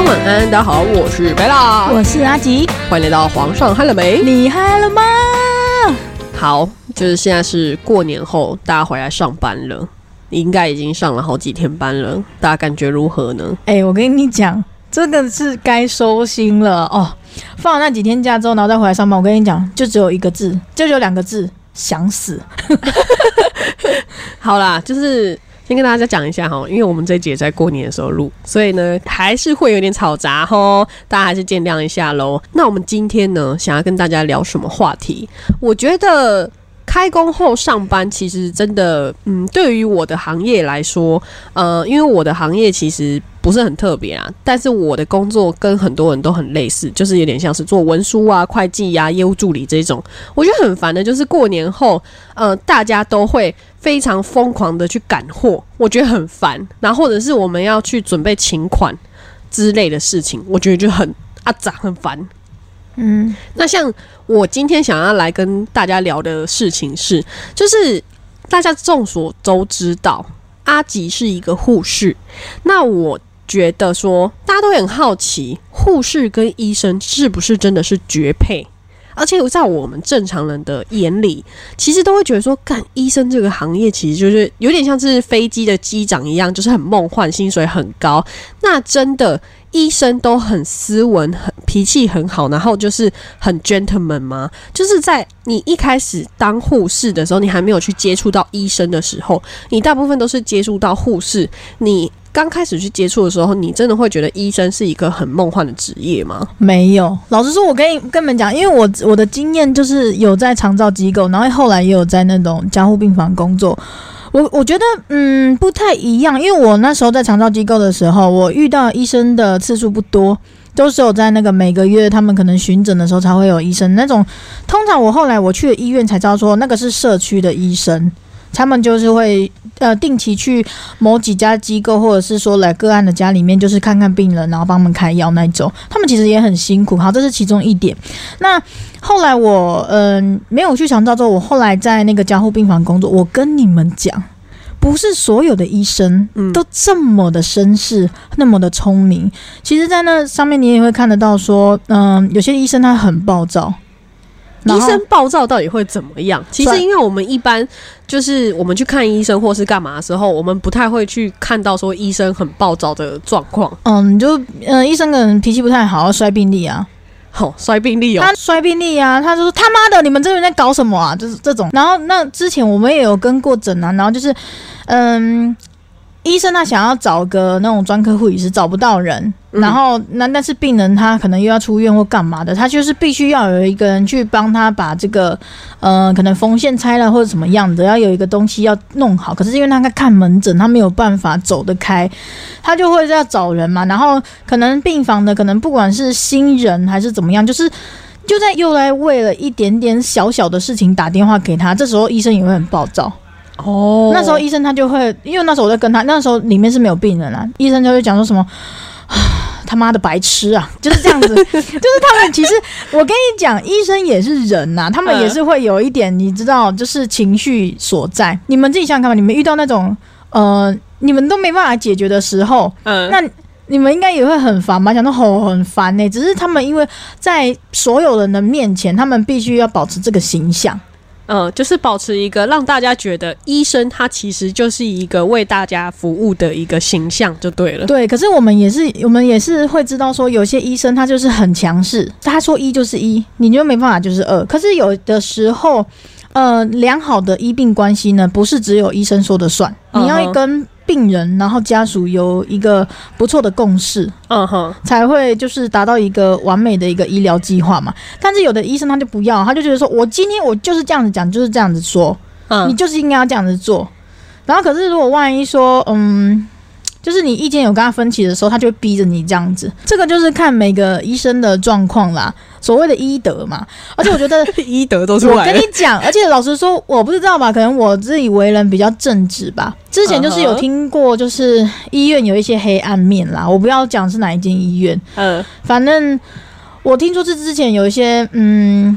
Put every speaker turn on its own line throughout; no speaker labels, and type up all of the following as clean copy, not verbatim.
晚安，大家好，我是贝拉，
我是阿吉，
欢迎来到皇上嗨了没？
你嗨了吗？
好，就是现在是过年后，大家回来上班了，应该已经上了好几天班了，大家感觉如何呢？
我跟你讲，真的是该收心了哦。放了那几天假之后，然后再回来上班，我跟你讲，就只有一个字，就只有两个字，想死。
好啦，就是先跟大家讲一下哈，因为我们这一集也在过年的时候录，所以呢还是会有点吵杂齁，大家还是见谅一下咯。那我们今天呢，想要跟大家聊什么话题？我觉得开工后上班其实真的，对于我的行业来说，因为我的行业其实不是很特别啊，但是我的工作跟很多人都很类似，就是有点像是做文书啊、会计啊、业务助理这种。我觉得很烦的，就是过年后，大家都会非常疯狂的去赶货，我觉得很烦。然后或者是我们要去准备请款之类的事情，我觉得就很很烦。那像我今天想要来跟大家聊的事情是，就是大家众所周知道，阿吉是一个护士。那我觉得说，大家都很好奇，护士跟医生是不是真的是绝配？而且在我们正常人的眼里，其实都会觉得说，干医生这个行业其实就是有点像是飞机的机长一样，就是很梦幻，薪水很高。那真的医生都很斯文，很脾气很好，然后就是很 gentleman 吗？就是在你一开始当护士的时候，你还没有去接触到医生的时候，你大部分都是接触到护士。你刚开始去接触的时候，你真的会觉得医生是一个很梦幻的职业吗？
没有，老实说，我跟你们讲，因为我的经验就是有在长照机构，然后后来也有在那种加护病房工作。我觉得不太一样，因为我那时候在长照机构的时候，我遇到医生的次数不多，都是有在那个每个月他们可能巡诊的时候才会有医生那种。通常我后来我去了医院才知道说，那个是社区的医生。他们就是会定期去某几家机构，或者是说来个案的家里面，就是看看病人，然后帮他们开药那一种。他们其实也很辛苦，好，这是其中一点。那后来我没有去长照之后，我后来在那个加护病房工作。我跟你们讲，不是所有的医生都这么的绅士，那么的聪明。其实，在那上面你也会看得到说，有些医生他很暴躁。
医生暴躁到底会怎么样？其实因为我们一般就是我们去看医生或是干嘛的时候，我们不太会去看到说医生很暴躁的状况。
医生可能脾气不太好，摔病历啊。
摔病历
他摔病历啊，他就说他妈的，你们这人在搞什么啊？就是这种。然后那之前我们也有跟过诊啊，然后就是医生他想要找个那种专科护理师，找不到人，然后但是病人他可能又要出院或干嘛的，他就是必须要有一个人去帮他把这个可能缝线拆了或者什么样的，要有一个东西要弄好。可是因为他在看门诊，他没有办法走得开，他就会要找人嘛。然后可能病房的可能不管是新人还是怎么样，就在又来为了一点点小小的事情打电话给他，这时候医生也会很暴躁。那时候医生他就会，因为那时候我在跟他，那时候里面是没有病人啦，医生就会讲说什么他妈的白痴啊，就是这样子。就是他们其实我跟你讲，医生也是人呐，他们也是会有一点你知道，就是情绪所在。你们自己想想看吧，你们遇到那种你们都没办法解决的时候，那你们应该也会很烦吧？想说很烦欸，只是他们因为在所有人的面前，他们必须要保持这个形象。
就是保持一个让大家觉得医生他其实就是一个为大家服务的一个形象就对了。
对，可是我们也是会知道说，有些医生他就是很强势，他说一就是一，你就没办法就是二。可是有的时候，良好的医病关系呢，不是只有医生说的算，你要跟病人然后家属有一个不错的共识，才会就是达到一个完美的一个医疗计划嘛。但是有的医生他就不要，他就觉得说我今天我就是这样子讲，就是这样子说，你就是应该要这样子做。然后可是如果万一说就是你意见有跟他分歧的时候，他就会逼着你这样子。这个就是看每个医生的状况啦，所谓的医德嘛。而且我觉得
医德都出来了。
我跟你讲，而且老实说，我不知道吧，可能我自己为人比较正直吧。之前就是有听过，就是医院有一些黑暗面啦，我不要讲是哪一间医院，反正我听说是之前有一些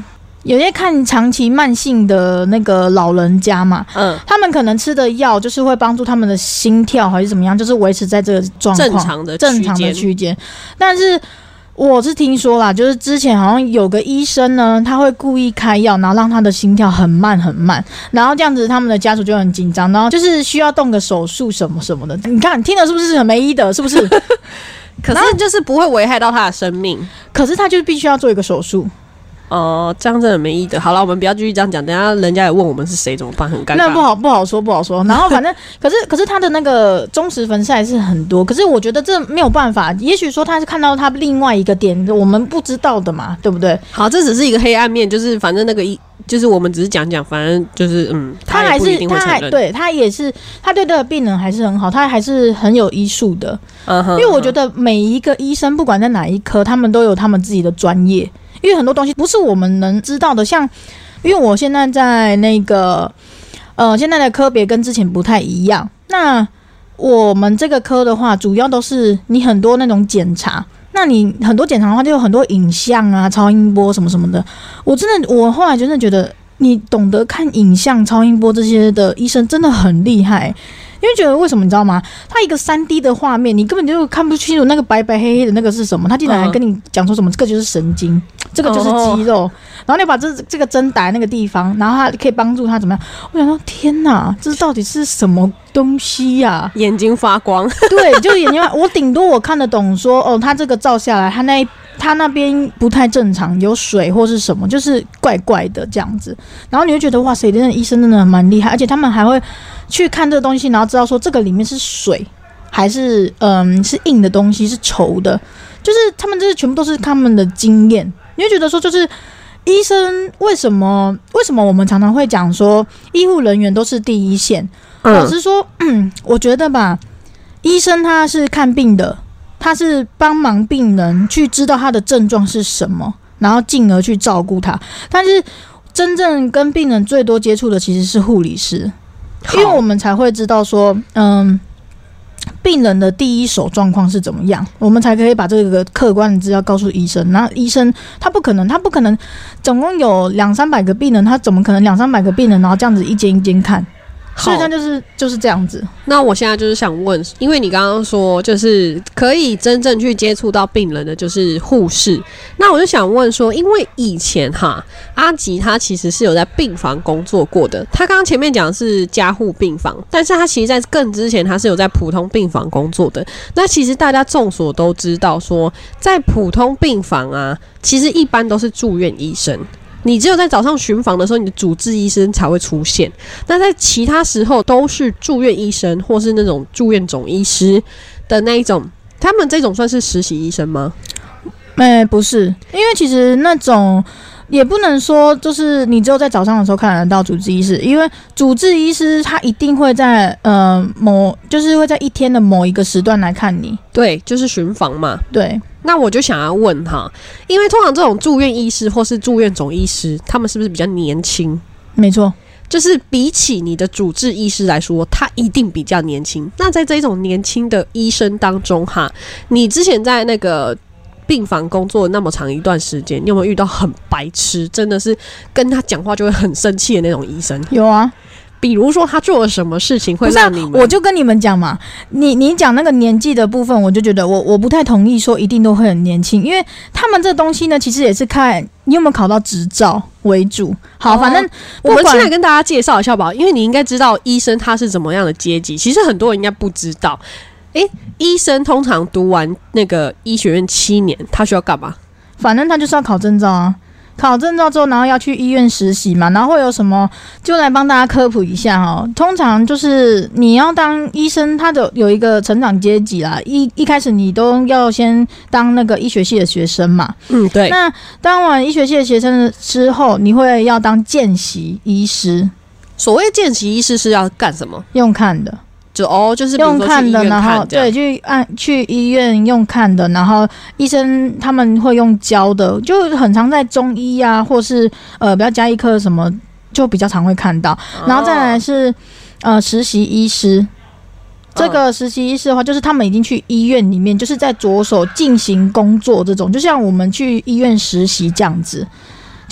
有些看长期慢性的那个老人家嘛，他们可能吃的药就是会帮助他们的心跳还是怎么样，就是维持在这个状况正常的区间。但是我是听说啦，就是之前好像有个医生呢，他会故意开药，然后让他的心跳很慢很慢，然后这样子他们的家属就很紧张，然后就是需要动个手术什么什么的。你看听了是不是很没医德？是不是？
可是就是不会危害到他的生命，可
是他就是必须要做一个手术。
这样真的没意义的。好了，我们不要继续这样讲，等一下人家也问我们是谁怎么办，很尴尬。
那不好说。然后反正可是他的那个忠实粉丝还是很多，可是我觉得这没有办法，也许说他是看到他另外一个点我们不知道的嘛，对不对？
好，这只是一个黑暗面，就是反正那个就是我们只是讲，反正就是他也不一定会承认。
对，他也是，他对这个病人还是很好，他还是很有医术的。因为我觉得每一个医生不管在哪一科，他们都有他们自己的专业。因为很多东西不是我们能知道的，像因为我现在在那个现在的科别跟之前不太一样。那我们这个科的话，主要都是你很多那种检查，那你很多检查的话，就有很多影像啊、超音波什么什么的。我后来真的觉得，你懂得看影像、超音波这些的医生真的很厉害。因为觉得为什么你知道吗？他一个3D 的画面，你根本就看不清楚那个白白黑黑的那个是什么，他竟然还跟你讲说什么这个就是神经，这个就是肌肉，然后你把这个针打在那个地方，然后他可以帮助他怎么样？我想说天哪，这到底是什么东西呀？
眼睛发光，
对，就是眼睛发光。我顶多我看得懂说他这个照下来，他那边不太正常，有水或是什么，就是怪怪的这样子。然后你会觉得哇塞，真的医生真的蛮厉害，而且他们还会去看这个东西，然后知道说这个里面是水还是是硬的东西，是稠的，就是他们这些全部都是他们的经验。你会觉得说，就是医生为什么我们常常会讲说医护人员都是第一线？老实说，我觉得吧，医生他是看病的。他是帮忙病人去知道他的症状是什么，然后进而去照顾他。但是真正跟病人最多接触的其实是护理师，因为我们才会知道说，病人的第一手状况是怎么样，我们才可以把这个客观的资料告诉医生。那医生他不可能总共有200-300个病人，他怎么可能200-300个病人然后这样子一间一间看？所以他就是这样子。
那我现在就是想问，因为你刚刚说就是可以真正去接触到病人的就是护士，那我就想问说，因为以前阿吉他其实是有在病房工作过的，他刚刚前面讲的是加护病房，但是他其实在更之前他是有在普通病房工作的。那其实大家众所都知道说，在普通病房其实一般都是住院医生。你只有在早上巡房的时候，你的主治医生才会出现。那在其他时候都是住院医生或是那种住院总医师的那一种。他们这种算是实习医生吗？
不是，因为其实那种也不能说就是你只有在早上的时候看得到主治医师，因为主治医师他一定会在就是会在一天的某一个时段来看你。
对，就是巡房嘛。
对。
那我就想要问因为通常这种住院医师或是住院总医师，他们是不是比较年轻？
没错，
就是比起你的主治医师来说，他一定比较年轻。那在这种年轻的医生当中你之前在那个病房工作那么长一段时间，你有没有遇到很白痴，真的是跟他讲话就会很生气的那种医生？
有啊。
比如说他做了什么事情会让你们？
我就跟你们讲嘛，你讲那个年纪的部分，我就觉得我不太同意说一定都会很年轻，因为他们这东西呢，其实也是看你有没有考到执照为主。好，反正
我们现在跟大家介绍一下吧，因为你应该知道医生他是怎么样的阶级，其实很多人应该不知道。医生通常读完那个医学院7年，他需要干嘛？
反正他就是要考证照啊。考证照之后，然后要去医院实习嘛，然后会有什么，就来帮大家科普一下通常就是你要当医生，他有一个成长阶级啦。一开始你都要先当那个医学系的学生嘛。
对。
那当完医学系的学生之后，你会要当见习医师。
所谓见习医师是要干什么？
用看的。
就是比如说
用看的，然后对，去医院用看的，然后医生他们会用教的，就很常在中医啊，或是比较家医科什么，就比较常会看到。然后再来是实习医师，这个实习医师的话，就是他们已经去医院里面，就是在着手进行工作这种，就像我们去医院实习这样子。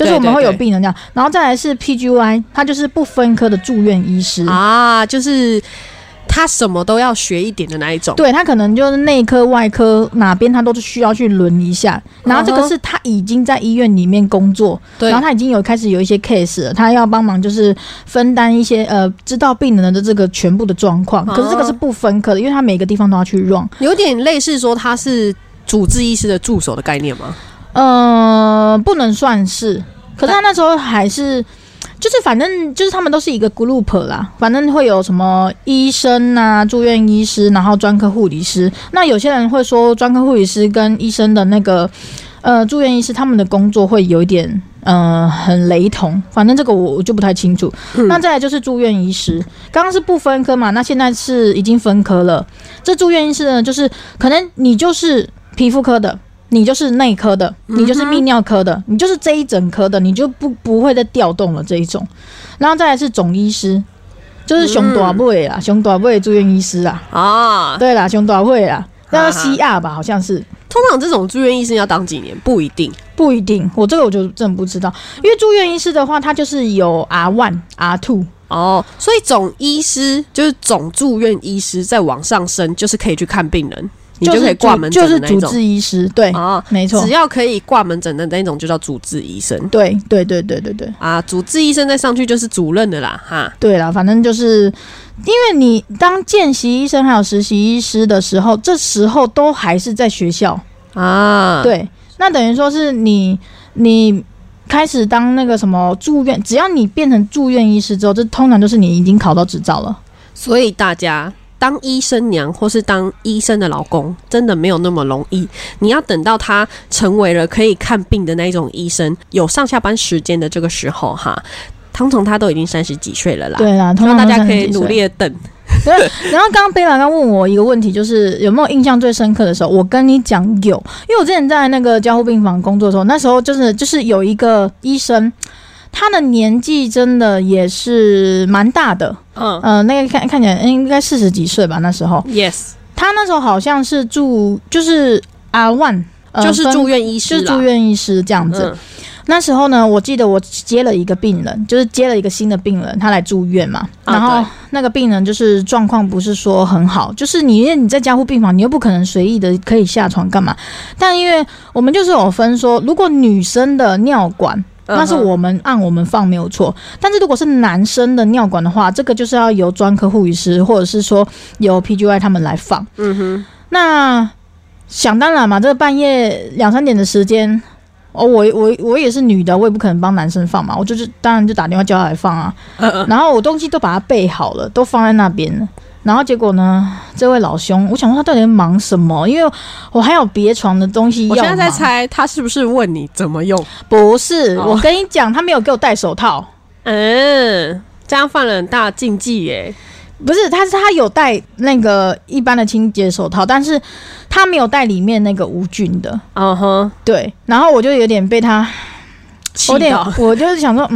就是我们会有病人这样。然后再来是 PGY， 他就是不分科的住院医师
啊，就是他什么都要学一点的那一种。
对，他可能就是内科外科哪边他都是需要去轮一下。然后这个是他已经在医院里面工作，然后他已经开始有一些 case 了，他要帮忙就是分担一些知道病人的这个全部的状况。可是这个是不分科的，因为他每个地方都要去 run，
有点类似说他是主治医师的助手的概念吗？
不能算是，可是他那时候还是。就是反正就是他们都是一个 group 啦，反正会有什么医生啊、住院医师，然后专科护理师。那有些人会说专科护理师跟医生的那个住院医师他们的工作会有一点很雷同，反正这个我就不太清楚。那再来就是住院医师，刚刚是不分科嘛，那现在是已经分科了。这住院医师呢，就是可能你就是皮肤科的。你就是内科的，你就是泌尿科的，你就是这一整科的，你就不会再调动了这一种。然后再来是总医师，就是熊大尾啦，熊大尾住院医师啦。啊，对啦，熊大尾啦，那个 CR 吧，好像是。
通常这种住院医师要当几年？不一定，
我这个我就真的不知道，因为住院医师的话，他就是有 R1、R2。
哦，所以总医师就是总住院医师，再往上升就是可以去看病人。你就可以挂门诊的那种，
就是主治医师，对，哦，没错，
只要可以挂门诊的那种就叫主治医生，
对啊，
主治医生再上去就是主任的啦，哈，
对啦，反正就是因为你当见习医生还有实习医师的时候，这时候都还是在学校啊，对，那等于说是你开始当那个什么住院，只要你变成住院医师之后，这通常就是你已经考到执照了，
所以大家。当医生娘或是当医生的老公真的没有那么容易，你要等到他成为了可以看病的那一种医生，有上下班时间的这个时候哈，通常他都已经30几岁了啦。
对啦，
希望大家可以努力的等。
对，然后刚刚贝拉刚问我一个问题，就是有没有印象最深刻的时候？我跟你讲有，因为我之前在那个加护病房工作的时候，那时候就是有一个医生。他的年纪真的也是蛮大的，那个看起来应该40几岁吧，那时候。
Yes，
他那时候好像是就是 R1，
就是住院医师啦，
就是住院医师这样子。那时候呢，我记得我接了一个病人，就是接了一个新的病人，他来住院嘛。然后那个病人就是状况不是说很好，就是因为你在加护病房，你又不可能随意的可以下床干嘛。但因为我们就是有分说，如果女生的尿管。那是我们按我们放没有错，但是如果是男生的尿管的话，这个就是要由专科护理师或者是说由 PGY 他们来放。那想当然嘛，这个半夜2、3点的时间，我也是女的，我也不可能帮男生放嘛，我当然就打电话叫他来放啊。然后我东西都把它备好了，都放在那边了。然后结果呢，这位老兄，我想说他到底在忙什么？因为我还有别床的东西要忙。
我现在在猜他是不是问你怎么用？
不是，我跟你讲，他没有给我戴手套。
这样犯了很大的禁忌耶。
不是，他有戴那个一般的清洁手套，但是他没有戴里面那个无菌的。对。然后我就有点被他
气到，
我就是想说，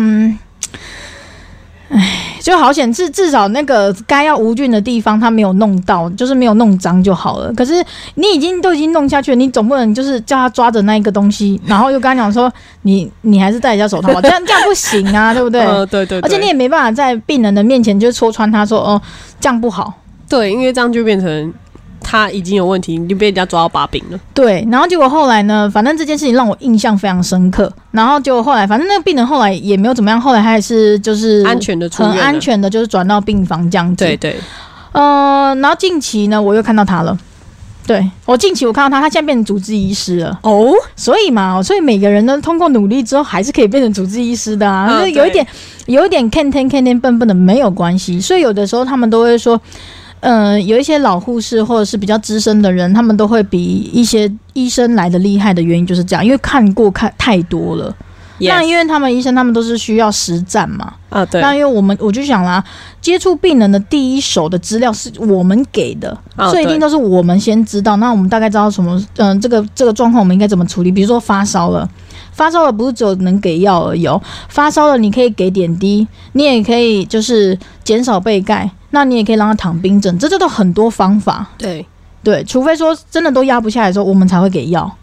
就好险，至少那个该要无菌的地方他没有弄到，就是没有弄脏就好了。可是你都已经弄下去了，你总不能就是叫他抓着那一个东西，然后又跟他讲说你还是戴一下手套吧，这样不行啊，对不对？
对。
而且你也没办法在病人的面前就戳穿他说这样不好。
对，因为这样就变成。他已经有问题，你就被人家抓到把柄了。
对，然后结果后来呢，反正这件事情让我印象非常深刻。然后结果后来，反正那个病人后来也没有怎么样，后来还是就是
安全的出院了，
很安全的，就是转到病房这样子。
对。
然后近期呢，我又看到他了。对，近期我看到他现在变成主治医师了。所以每个人呢，通过努力之后，还是可以变成主治医师的啊。有一点看天笨笨的没有关系。所以有的时候他们都会说。有一些老护士或者是比较资深的人，他们都会比一些医生来的厉害的原因就是这样，因为看太多了。那因为他们医生他们都是需要实战嘛，
对。
那因为我就想啦，接触病人的第一手的资料是我们给的，所以一定都是我们先知道。那我们大概知道什么，这个状况我们应该怎么处理？比如说发烧了不是只有能给药而已发烧了你可以给点滴，你也可以就是减少被盖，那你也可以让他躺冰枕，这都很多方法。对，除非说真的都压不下来的时候，我们才会给药。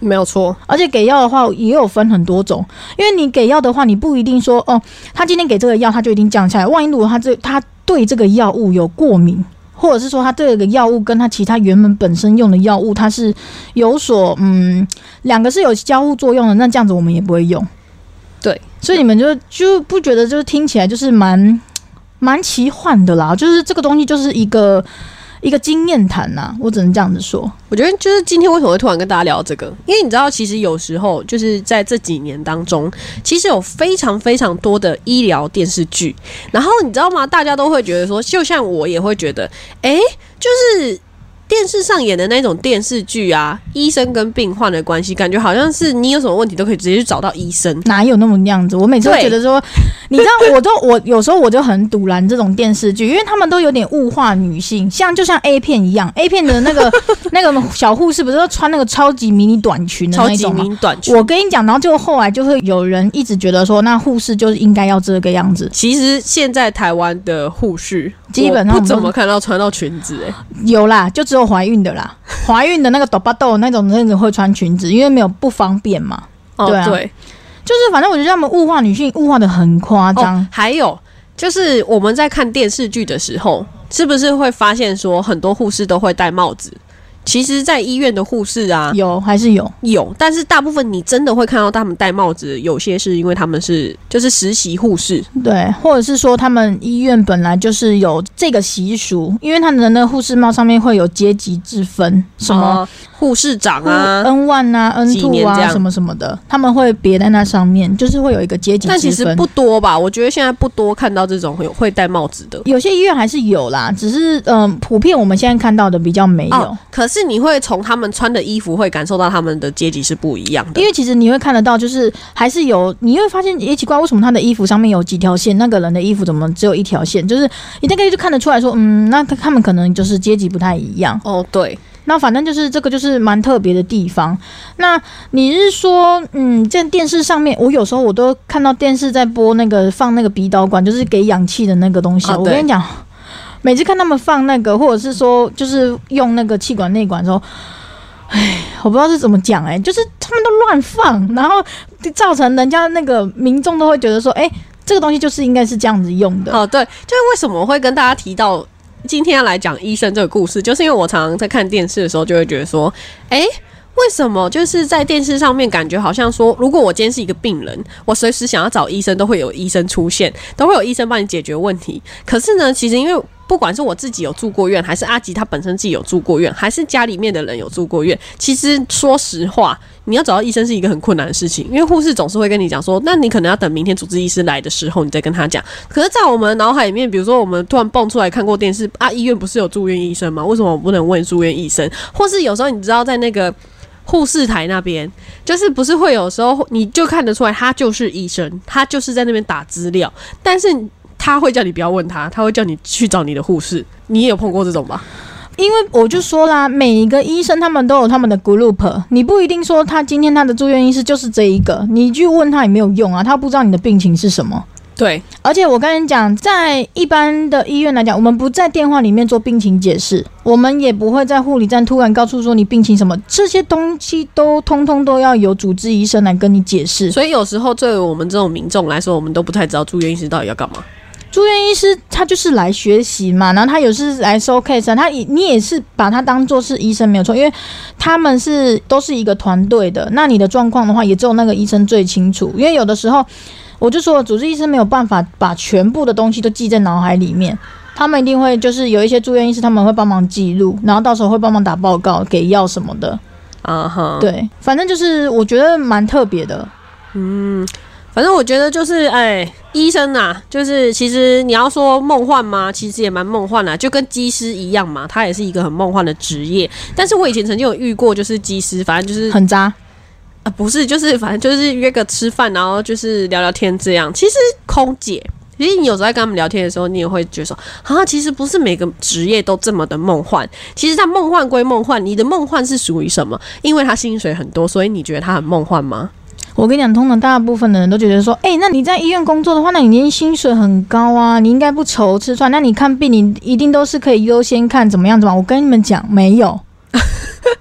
没有错。
而且给药的话也有分很多种，因为你给药的话，你不一定说哦，他今天给这个药，他就一定降下来。万一如果他对这个药物有过敏，或者是说他这个药物跟他其他原本本身用的药物，它是有所两个是有交互作用的，那这样子我们也不会用。
对，
所以你们就不觉得就是听起来就是蛮奇幻的啦？就是这个东西就是一个经验谈呐，我只能这样子说。
我觉得就是今天为什么会突然跟大家聊这个，因为你知道，其实有时候就是在这几年当中，其实有非常非常多的医疗电视剧，然后你知道吗？大家都会觉得说，就像我也会觉得，就是电视上演的那种电视剧啊，医生跟病患的关系，感觉好像是你有什么问题都可以直接去找到医生，
哪有那么样子？我每次都觉得说，你知道，我有时候我就很堵拦这种电视剧，因为他们都有点物化女性，就像 A 片一样 ，A 片的那个小护士不是都穿那个超级迷你短裙的那种吗？
超级迷你短裙。
我跟你讲，然后就后来就会有人一直觉得说，那护士就是应该要这个样子。
其实现在台湾的护士
基本上
不怎么看到穿到裙子
有啦，就只有怀孕的啦，怀孕的那个抖巴豆那种会穿裙子，因为没有不方便嘛。对啊，对，就是反正我觉得他们物化女性物化的很夸张。
还有就是我们在看电视剧的时候，是不是会发现说很多护士都会戴帽子？其实在医院的护士啊，
还是有，
但是大部分你真的会看到他们戴帽子，有些是因为他们是就是实习护士，
对，或者是说他们医院本来就是有这个习俗，因为他们的那个护士帽上面会有阶级之分，什么护士长啊、N1 啊、N2 啊什么什么的，他们会别在那上面，就是会有一个阶级之分。
但其实不多吧？我觉得现在不多看到这种会戴帽子的，
有些医院还是有啦，只是普遍我们现在看到的比较没有。
可是你会从他们穿的衣服会感受到他们的阶级是不一样的，
因为其实你会看得到，就是还是有，你会发现也奇怪，为什么他的衣服上面有几条线，那个人的衣服怎么只有一条线？就是你大概就看得出来说，那他们可能就是阶级不太一样。
对。
那反正就是这个就是蛮特别的地方。那你是说，在电视上面，我有时候我都看到电视在播那个放那个鼻导管，就是给氧气的那个东西。我跟你讲，每次看他们放那个，或者是说就是用那个气管内管的时候，我不知道是怎么讲就是他们都乱放，然后造成人家那个民众都会觉得说，这个东西就是应该是这样子用的。
对，就是为什么我会跟大家提到今天要来讲医生这个故事，就是因为我常常在看电视的时候就会觉得说，为什么就是在电视上面感觉好像说，如果我今天是一个病人，我随时想要找医生都会有医生出现，都会有医生帮你解决问题。可是呢，其实因为不管是我自己有住过院，还是阿吉他本身自己有住过院，还是家里面的人有住过院，其实说实话，你要找到医生是一个很困难的事情，因为护士总是会跟你讲说，那你可能要等明天主治医师来的时候你再跟他讲。可是在我们脑海里面，比如说我们突然蹦出来看过电视啊，医院不是有住院医生吗？为什么我不能问住院医生？或是有时候你知道在那个护士台那边，就是不是会有时候你就看得出来他就是医生，他就是在那边打资料，但是他会叫你不要问他，他会叫你去找你的护士。你也有碰过这种吧？
因为我就说啦，每一个医生他们都有他们的 group， 你不一定说他今天他的住院医师就是这一个，你去问他也没有用啊，他不知道你的病情是什么。
对，
而且我跟你讲，在一般的医院来讲，我们不在电话里面做病情解释，我们也不会在护理站突然告诉说你病情什么，这些东西都通通都要由主治医生来跟你解释。
所以有时候对于我们这种民众来说，我们都不太知道住院医师到底要干嘛。
住院医师他就是来学习嘛，然后他有时来收 case 啊，你也是把他当作是医生没有错，因为他们都是一个团队的。那你的状况的话，也只有那个医生最清楚，因为有的时候我就说主治医生没有办法把全部的东西都记在脑海里面，他们一定会就是有一些住院医师他们会帮忙记录，然后到时候会帮忙打报告给药什么的。对，反正就是我觉得蛮特别的。
反正我觉得就是医生啊，就是其实你要说梦幻吗？其实也蛮梦幻的，就跟机师一样嘛，他也是一个很梦幻的职业。但是我以前曾经有遇过，就是机师，反正就是
很渣
不是，就是反正就是约个吃饭，然后就是聊聊天这样。其实空姐，其实你有时候在跟他们聊天的时候，你也会觉得说，其实不是每个职业都这么的梦幻。其实他梦幻归梦幻，你的梦幻是属于什么？因为他薪水很多，所以你觉得他很梦幻吗？
我跟你讲，通常大部分的人都觉得说，那你在医院工作的话，那你年薪水很高啊，你应该不愁吃穿。那你看病，你一定都是可以优先看怎么样。我跟你们讲，没有，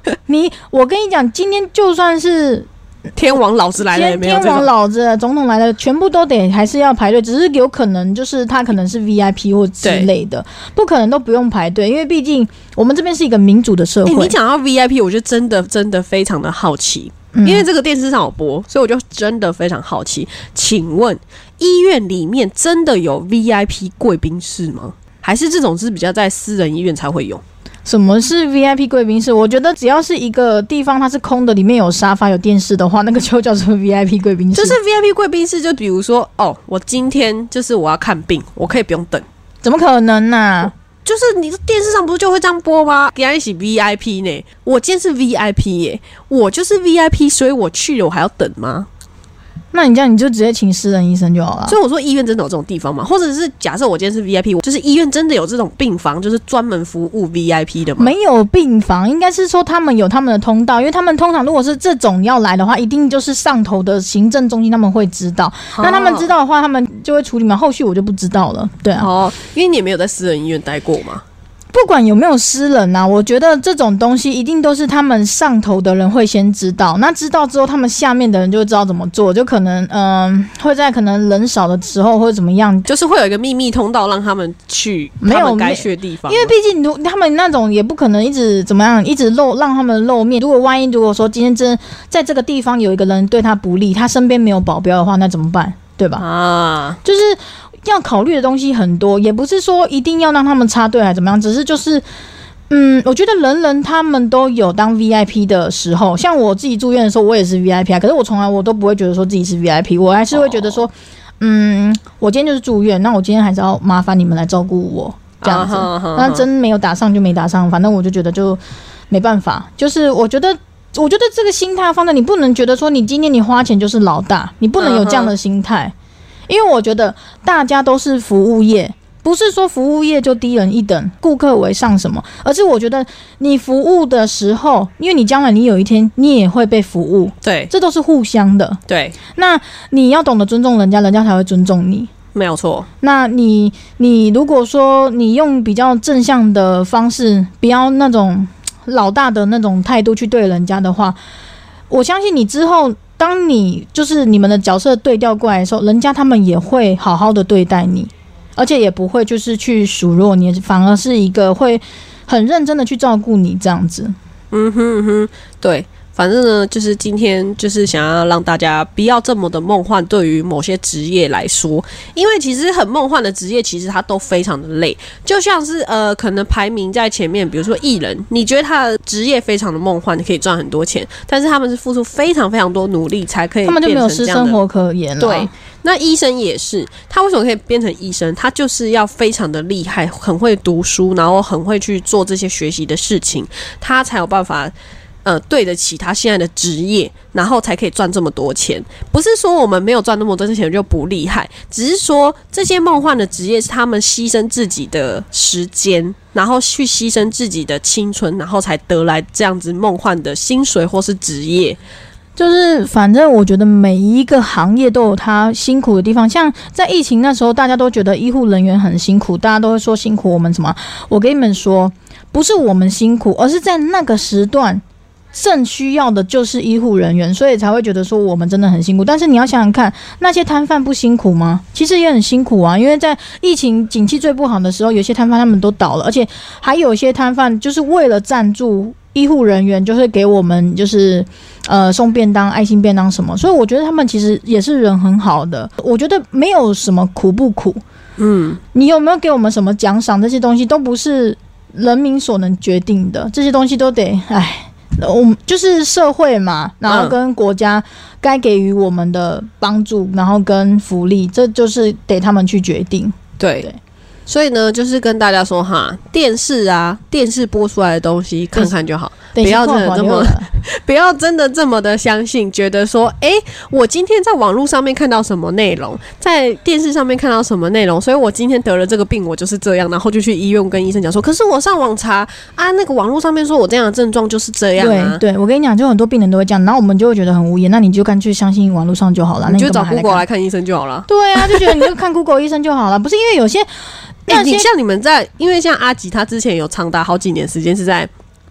我跟你讲，今天就算是
天王老子来了也没有这种，
天王老子总统来了，全部都得还是要排队，只是有可能就是他可能是 VIP 或之类的，不可能都不用排队，因为毕竟我们这边是一个民主的社会。
你讲到 VIP， 我就真的非常的好奇。因为这个电视上有播，所以我就真的非常好奇。请问医院里面真的有 VIP 贵宾室吗？还是这种是比较在私人医院才会有？
什么是 VIP 贵宾室？我觉得只要是一个地方它是空的，里面有沙发有电视的话，那个就叫做 VIP 贵宾室。
就是 VIP 贵宾室，就比如说我今天就是我要看病，我可以不用等。
怎么可能啊？
就是你的电视上不是就会这样播吗？给他一起 VIP 呢，我今天是 VIP 耶，我就是 VIP， 所以我去了我还要等吗？
那你这样你就直接请私人医生就好了。
所以我说医院真的有这种地方吗？或者是假设我今天是 VIP， 就是医院真的有这种病房，就是专门服务 VIP 的吗？
没有病房，应该是说他们有他们的通道，因为他们通常如果是这种要来的话，一定就是上头的行政中心他们会知道。那他们知道的话，他们就会处理嘛。后续我就不知道了。对啊，
因为你也没有在私人医院待过嘛。
不管有没有私人啊，我觉得这种东西一定都是他们上头的人会先知道，那知道之后，他们下面的人就会知道怎么做，就可能会在可能人少的时候或者怎么样，
就是会有一个秘密通道让他们去他们该去的地方。
因为毕竟他们那种也不可能一直怎么样，一直让他们露面。如果万一如果说今天真在这个地方有一个人对他不利，他身边没有保镖的话，那怎么办？对吧？就是要考虑的东西很多，也不是说一定要让他们插队还是怎么样，只是就是我觉得人他们都有当 VIP 的时候，像我自己住院的时候我也是 VIP 啊，可是我从来我都不会觉得说自己是 VIP， 我还是会觉得说我今天就是住院，那我今天还是要麻烦你们来照顾我这样子，那真没有打上就没打上，反正我就觉得就没办法，就是我觉得这个心态放在，你不能觉得说你今天你花钱就是老大，你不能有这样的心态，因为我觉得大家都是服务业，不是说服务业就低人一等，顾客为上什么，而是我觉得你服务的时候，因为你将来你有一天你也会被服务，
对，
这都是互相的，
对。
那你要懂得尊重人家，人家才会尊重你。
没有错。
那你如果说你用比较正向的方式，不要那种老大的那种态度去对人家的话，我相信你之后，当你就是你们的角色对调过来的时候，人家他们也会好好的对待你，而且也不会就是去数落你，反而是一个会很认真的去照顾你这样子。
对。反正呢，就是今天就是想要让大家不要这么的梦幻，对于某些职业来说，因为其实很梦幻的职业，其实它都非常的累。就像是可能排名在前面，比如说艺人，你觉得他的职业非常的梦幻，你可以赚很多钱，但是他们是付出非常非常多努力才可以变成这样的，
他们就没有私生活可言了。
对，那医生也是，他为什么可以变成医生？他就是要非常的厉害，很会读书，然后很会去做这些学习的事情，他才有办法对得起他现在的职业，然后才可以赚这么多钱。不是说我们没有赚那么多钱就不厉害，只是说这些梦幻的职业是他们牺牲自己的时间，然后去牺牲自己的青春，然后才得来这样子梦幻的薪水或是职业。
就是反正我觉得每一个行业都有它辛苦的地方，像在疫情那时候，大家都觉得医护人员很辛苦，大家都会说辛苦我们什么。我跟你们说，不是我们辛苦，而是在那个时段正需要的就是医护人员，所以才会觉得说我们真的很辛苦。但是你要想想看，那些摊贩不辛苦吗？其实也很辛苦啊，因为在疫情景气最不好的时候，有些摊贩他们都倒了，而且还有一些摊贩就是为了赞助医护人员，就会给我们就是送便当、爱心便当什么，所以我觉得他们其实也是人很好的。我觉得没有什么苦不苦，你有没有给我们什么奖赏，这些东西都不是人民所能决定的，这些东西都得我们就是社会嘛，然后跟国家该给予我们的帮助，然后跟福利，这就是得他们去决定。对，
所以呢，就是跟大家说哈，电视播出来的东西看看就好，不要真的这么，不要真的这么的相信，觉得说，我今天在网络上面看到什么内容，在电视上面看到什么内容，所以我今天得了这个病，我就是这样，然后就去医院跟医生讲说，可是我上网查啊，那个网络上面说我这样的症状就是这样啊。
对，我跟你讲，就很多病人都会这样，然后我们就会觉得很无言，那你就干脆相信网络上就好了，
你就找 Google 来看医生就好了。
对啊，就觉得你就看 Google 医生就好了，不是因为有些。
你像你们在，因为像阿吉他之前有长达好几年时间是在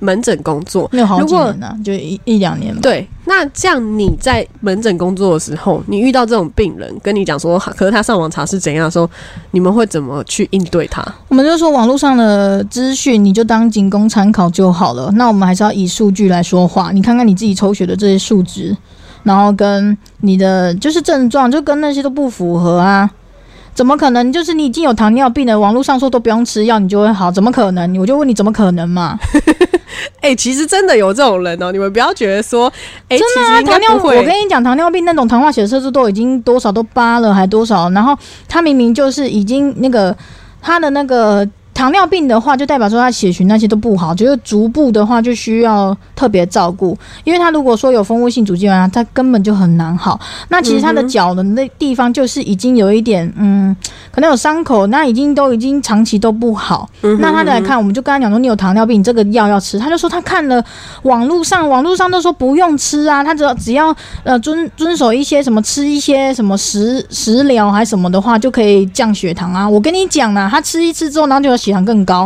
门诊工作，
没有好几年啊，就一两年嘛。
对，那这样你在门诊工作的时候，你遇到这种病人跟你讲说，可是他上网查是怎样的时候，你们会怎么去应对他？
我们就说网络上的资讯你就当仅供参考就好了。那我们还是要以数据来说话，你看看你自己抽血的这些数值，然后跟你的就是症状，就跟那些都不符合啊。怎么可能？就是你已经有糖尿病了，网络上说都不用吃药你就会好，怎么可能？我就问你怎么可能嘛？
其实真的有这种人哦，你们不要觉得说，
真的啊，糖尿病，我跟你讲，糖尿病那种糖化血色素都已经多少都8了，还多少？然后他明明就是已经那个他的那个。糖尿病的话，就代表说他血循那些都不好，就是足部的话就需要特别照顾，因为他如果说有蜂窝性足迹炎，他根本就很难好。那其实他的脚的那地方就是已经有一点，可能有伤口，那已经长期都不好。那他来看，我们就跟他讲说，你有糖尿病，你这个药要吃。他就说他看了网络上都说不用吃啊，他只要遵守一些什么吃一些什么食疗还什么的话，就可以降血糖啊。我跟你讲啦，他吃一次之后，然后就有血糖更高。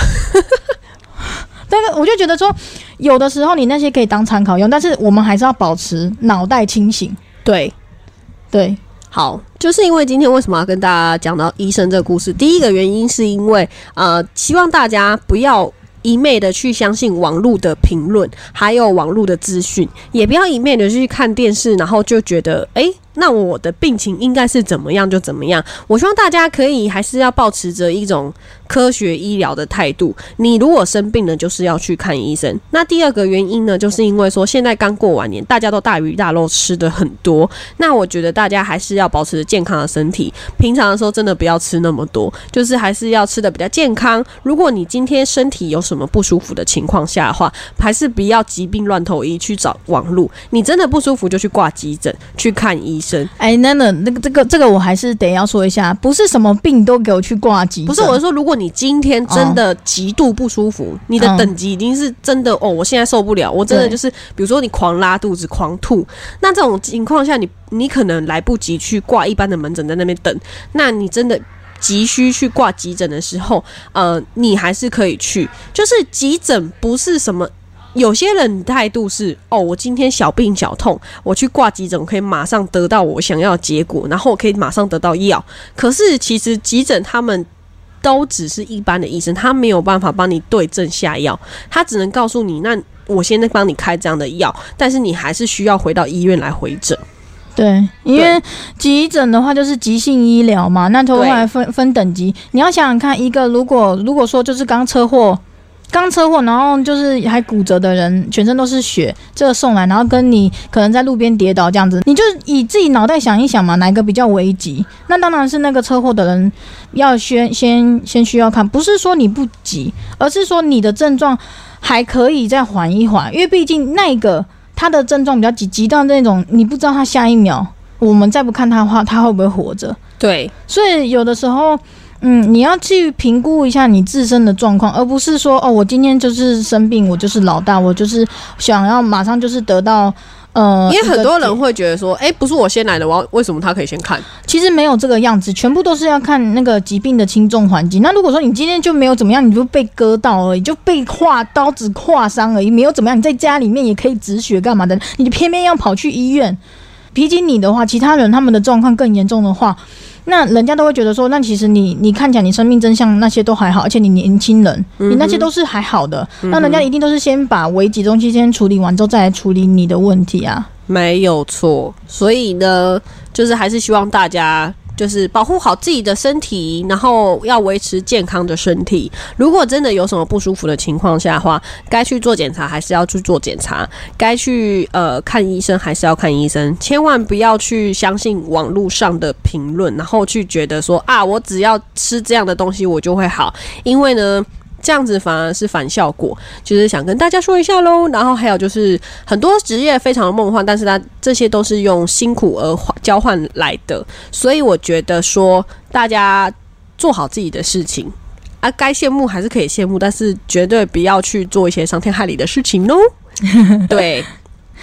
但是我就觉得说，有的时候你那些可以当参考用，但是我们还是要保持脑袋清醒。
对，好，就是因为今天为什么要跟大家讲到医生这个故事？第一个原因是因为希望大家不要一昧的去相信网络的评论，还有网络的资讯，也不要一昧的去看电视，然后就觉得那我的病情应该是怎么样就怎么样。我希望大家可以还是要抱持着一种科学医疗的态度。你如果生病了，就是要去看医生。那第二个原因呢，就是因为说现在刚过完年，大家都大鱼大肉吃的很多，那我觉得大家还是要保持着健康的身体。平常的时候真的不要吃那么多，就是还是要吃的比较健康。如果你今天身体有什么不舒服的情况下的话，还是不要疾病乱投医去找网路。你真的不舒服就去挂急诊，去看医生。
这个我还是得要说一下，不是什么病都给我去挂急诊。
不是，我是说，如果你今天真的极度不舒服，你的等级已经是真的我现在受不了，我真的就是，比如说你狂拉肚子、狂吐，那这种情况下，你可能来不及去挂一般的门诊，在那边等，那你真的急需去挂急诊的时候，你还是可以去，就是急诊不是什么。有些人态度是我今天小病小痛，我去挂急诊，我可以马上得到我想要的结果，然后我可以马上得到药。可是其实急诊他们都只是一般的医生，他没有办法帮你对症下药，他只能告诉你，那我现在帮你开这样的药，但是你还是需要回到医院来回诊。
对，因为急诊的话就是急性医疗嘛，那后来分等级。你要想想看，一个如果说就是刚车祸，然后就是还骨折的人，全身都是血，这个送来，然后跟你可能在路边跌倒这样子，你就以自己脑袋想一想嘛，哪一个比较危急？那当然是那个车祸的人要先需要看，不是说你不急，而是说你的症状还可以再缓一缓，因为毕竟那个他的症状比较急到那种你不知道他下一秒我们再不看他的话，他会不会活着？
对，
所以有的时候。你要去评估一下你自身的状况，而不是说我今天就是生病，我就是老大，我就是想要马上就是得到
因为很多人会觉得说，不是我先来的，为什么他可以先看？
其实没有这个样子，全部都是要看那个疾病的轻重缓急。那如果说你今天就没有怎么样，你就被割到而已，就被刀子划伤而已，没有怎么样，你在家里面也可以止血干嘛的，你偏偏要跑去医院。比起你的话，其他人他们的状况更严重的话，那人家都会觉得说，那其实你看起来你生命真相那些都还好，而且你年轻人，你那些都是还好的，那人家一定都是先把危急东西先处理完之后再来处理你的问题啊，
没有错。所以呢，就是还是希望大家就是保护好自己的身体，然后要维持健康的身体。如果真的有什么不舒服的情况下的话，该去做检查还是要去做检查，该去看医生还是要看医生。千万不要去相信网络上的评论，然后去觉得说我只要吃这样的东西我就会好，因为呢这样子反而是反效果，就是想跟大家说一下咯。然后还有就是很多职业非常的梦幻，但是这些都是用辛苦而交换来的，所以我觉得说大家做好自己的事情该羡慕还是可以羡慕，但是绝对不要去做一些伤天害理的事情哦。对，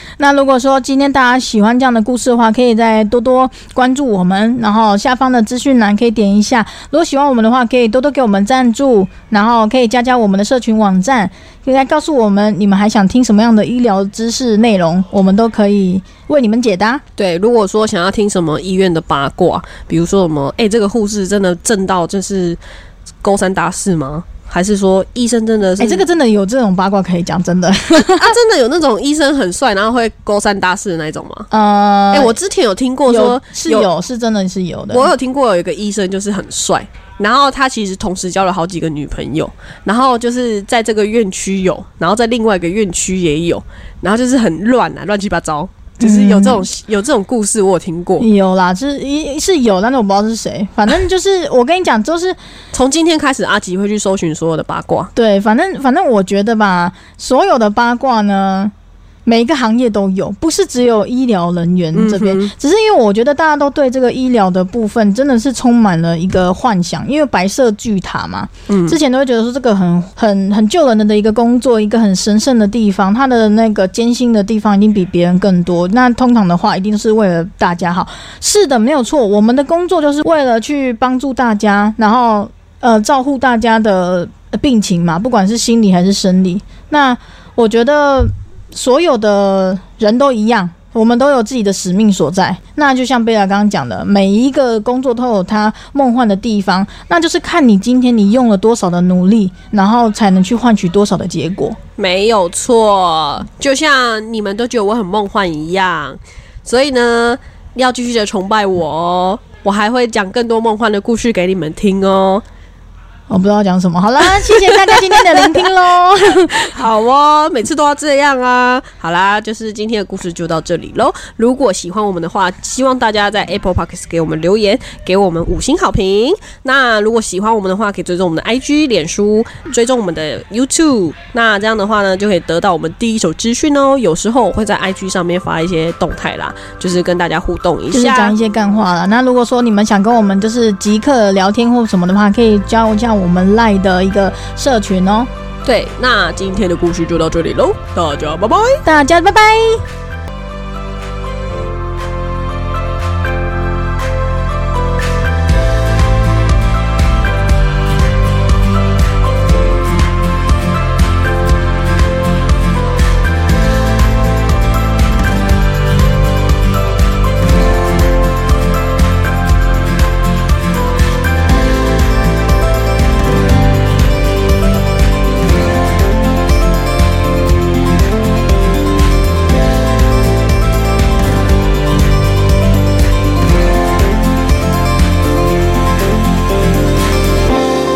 那如果说今天大家喜欢这样的故事的话，可以再多多关注我们，然后下方的资讯栏可以点一下。如果喜欢我们的话，可以多多给我们赞助，然后可以加我们的社群网站，可以来告诉我们你们还想听什么样的医疗知识内容，我们都可以为你们解答。
对，如果说想要听什么医院的八卦，比如说什么，这个护士真的正到就是勾三搭四吗？还是说医生真的是？
这个真的有这种八卦可以讲，真的
真的有那种医生很帅，然后会勾三搭四的那种吗？我之前有听过说
是真的是有的。
我有听过有一个医生就是很帅，然后他其实同时交了好几个女朋友，然后就是在这个院区有，然后在另外一个院区也有，然后就是很乱七八糟。就是有这种故事，我有听过。
有啦，是有，但是我不知道是谁。反正就是我跟你讲，就是
从今天开始，阿吉会去搜寻所有的八卦。
对，反正我觉得吧，所有的八卦呢，每一个行业都有，不是只有医疗人员这边。只是因为我觉得大家都对这个医疗的部分真的是充满了一个幻想，因为白色巨塔嘛，之前都会觉得说这个很救人的一个工作，一个很神圣的地方，它的那个艰辛的地方一定比别人更多。那通常的话，一定是为了大家好。是的，没有错，我们的工作就是为了去帮助大家，然后照顾大家的病情嘛，不管是心理还是生理。那我觉得所有的人都一样，我们都有自己的使命所在。那就像贝拉刚刚讲的，每一个工作都有它梦幻的地方，那就是看你今天你用了多少的努力，然后才能去换取多少的结果。
没有错，就像你们都觉得我很梦幻一样，所以呢，要继续的崇拜我哦，我还会讲更多梦幻的故事给你们听哦。
我不知道讲什么，好啦，谢谢大家今天的聆听咯。
好哦，每次都要这样啊。好啦，就是今天的故事就到这里咯。如果喜欢我们的话，希望大家在 Apple Podcast 给我们留言，给我们5星好评。那如果喜欢我们的话，可以追踪我们的 IG 脸书，追踪我们的 YouTube。那这样的话呢，就可以得到我们第一手资讯哦。有时候我会在 IG 上面发一些动态啦，就是跟大家互动一下，
就是讲一些干话啦。那如果说你们想跟我们就是即刻聊天或什么的话，可以加我们 LINE 的一个社群哦。
对，那今天的故事就到这里咯，大家拜拜，
大家拜拜。